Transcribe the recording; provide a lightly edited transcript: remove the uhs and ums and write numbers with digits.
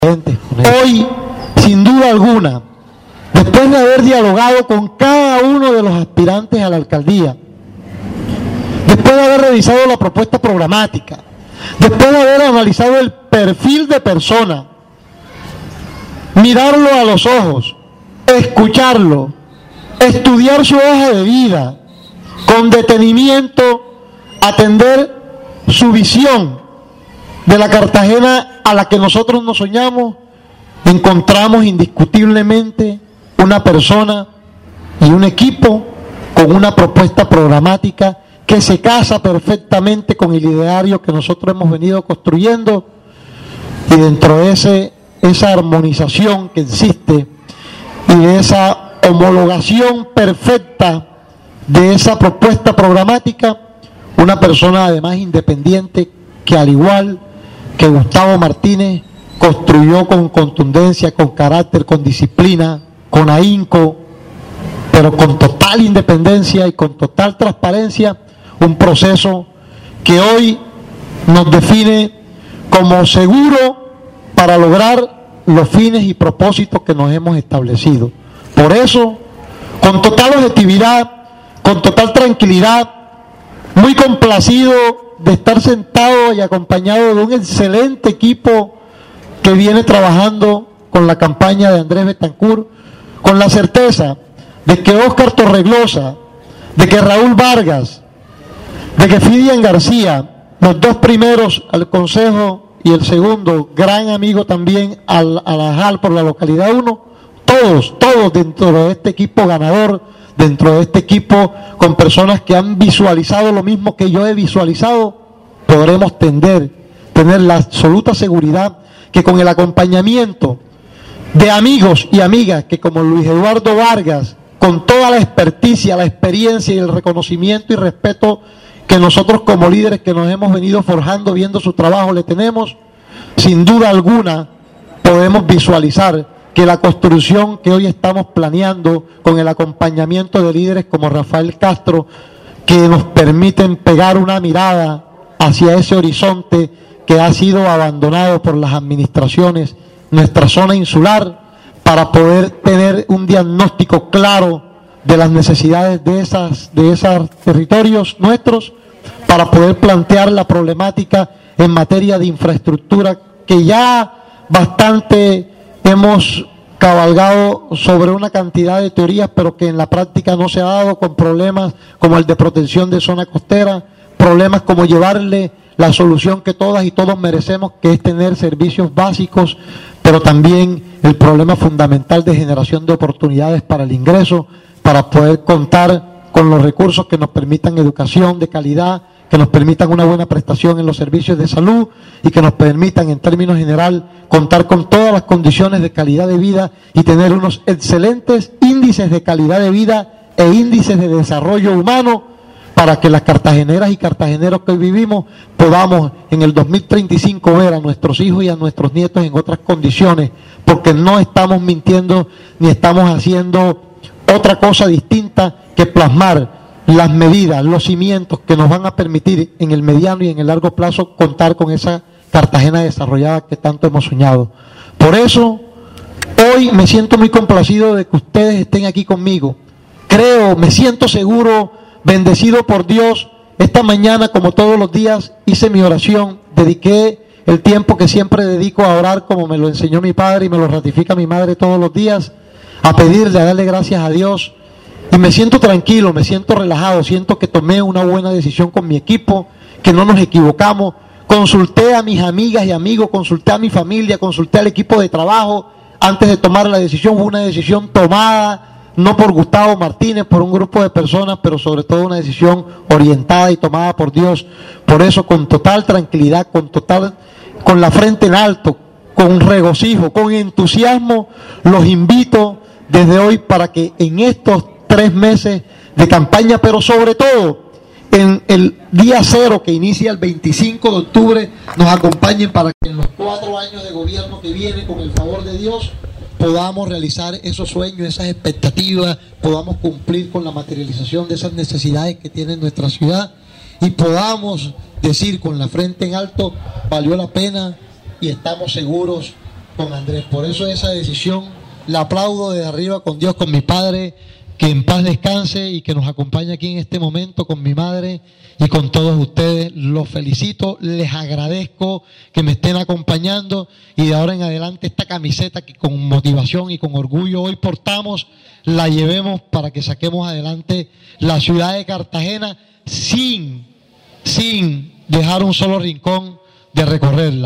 Hoy, sin duda alguna, después de haber dialogado con cada uno de los aspirantes a la alcaldía, después de haber revisado la propuesta programática, después de haber analizado el perfil de persona, mirarlo a los ojos, escucharlo, estudiar su hoja de vida, con detenimiento, atender su visión de la Cartagena a la que nosotros nos soñamos, encontramos indiscutiblemente una persona y un equipo con una propuesta programática que se casa perfectamente con el ideario que nosotros hemos venido construyendo, y dentro de esa armonización que existe y de esa homologación perfecta de esa propuesta programática, una persona además independiente que, al igual que Gustavo Martínez, construyó con contundencia, con carácter, con disciplina, con ahínco, pero con total independencia y con total transparencia, un proceso que hoy nos define como seguro para lograr los fines y propósitos que nos hemos establecido. Por eso, con total objetividad, con total tranquilidad, muy complacido de estar sentado y acompañado de un excelente equipo que viene trabajando con la campaña de Andrés Betancourt, con la certeza de que Óscar Torreglosa, de que Raúl Vargas, de que Fidian García, los dos primeros al Consejo y el segundo, gran amigo también a la JAL por la localidad 1, todos dentro de este equipo ganador, dentro de este equipo con personas que han visualizado lo mismo que yo he visualizado, podremos tener la absoluta seguridad que con el acompañamiento de amigos y amigas que, como Luis Eduardo Vargas, con toda la experticia, la experiencia y el reconocimiento y respeto que nosotros como líderes que nos hemos venido forjando viendo su trabajo le tenemos, sin duda alguna podemos visualizar que la construcción que hoy estamos planeando, con el acompañamiento de líderes como Rafael Castro, que nos permiten pegar una mirada hacia ese horizonte que ha sido abandonado por las administraciones, nuestra zona insular, para poder tener un diagnóstico claro de las necesidades de esos territorios nuestros, para poder plantear la problemática en materia de infraestructura que ya bastante hemos cabalgado sobre una cantidad de teorías, pero que en la práctica no se ha dado, con problemas como el de protección de zona costera, problemas como llevarle la solución que todas y todos merecemos, que es tener servicios básicos, pero también el problema fundamental de generación de oportunidades para el ingreso, para poder contar con los recursos que nos permitan educación de calidad, que nos permitan una buena prestación en los servicios de salud y que nos permitan, en términos general, contar con todas las condiciones de calidad de vida y tener unos excelentes índices de calidad de vida e índices de desarrollo humano, para que las cartageneras y cartageneros que hoy vivimos podamos en el 2035 ver a nuestros hijos y a nuestros nietos en otras condiciones, porque no estamos mintiendo ni estamos haciendo otra cosa distinta que plasmar las medidas, los cimientos que nos van a permitir en el mediano y en el largo plazo contar con esa Cartagena desarrollada que tanto hemos soñado. Por eso, hoy me siento muy complacido de que ustedes estén aquí conmigo. Creo, me siento seguro, bendecido por Dios. Esta mañana, como todos los días, hice mi oración, dediqué el tiempo que siempre dedico a orar, como me lo enseñó mi padre y me lo ratifica mi madre todos los días, a pedirle, a darle gracias a Dios. Y me siento tranquilo, me siento relajado, siento que tomé una buena decisión con mi equipo, que no nos equivocamos. Consulté a mis amigas y amigos, consulté a mi familia, consulté al equipo de trabajo. Antes de tomar la decisión, fue una decisión tomada no por Gustavo Martínez, por un grupo de personas, pero sobre todo una decisión orientada y tomada por Dios. Por eso, con total tranquilidad, con la frente en alto, con regocijo, con entusiasmo, los invito desde hoy para que en estos 3 meses de campaña, pero sobre todo en el día 0 que inicia el 25 de octubre, nos acompañen para que en los 4 años de gobierno que viene, con el favor de Dios, podamos realizar esos sueños, esas expectativas, podamos cumplir con la materialización de esas necesidades que tiene nuestra ciudad y podamos decir con la frente en alto, valió la pena y estamos seguros con Andrés. Por eso esa decisión la aplaudo desde arriba con Dios, con mi padre, que en paz descanse y que nos acompaña aquí en este momento, con mi madre y con todos ustedes. Los felicito, les agradezco que me estén acompañando y de ahora en adelante esta camiseta que con motivación y con orgullo hoy portamos, la llevemos para que saquemos adelante la ciudad de Cartagena sin dejar un solo rincón de recorrerla.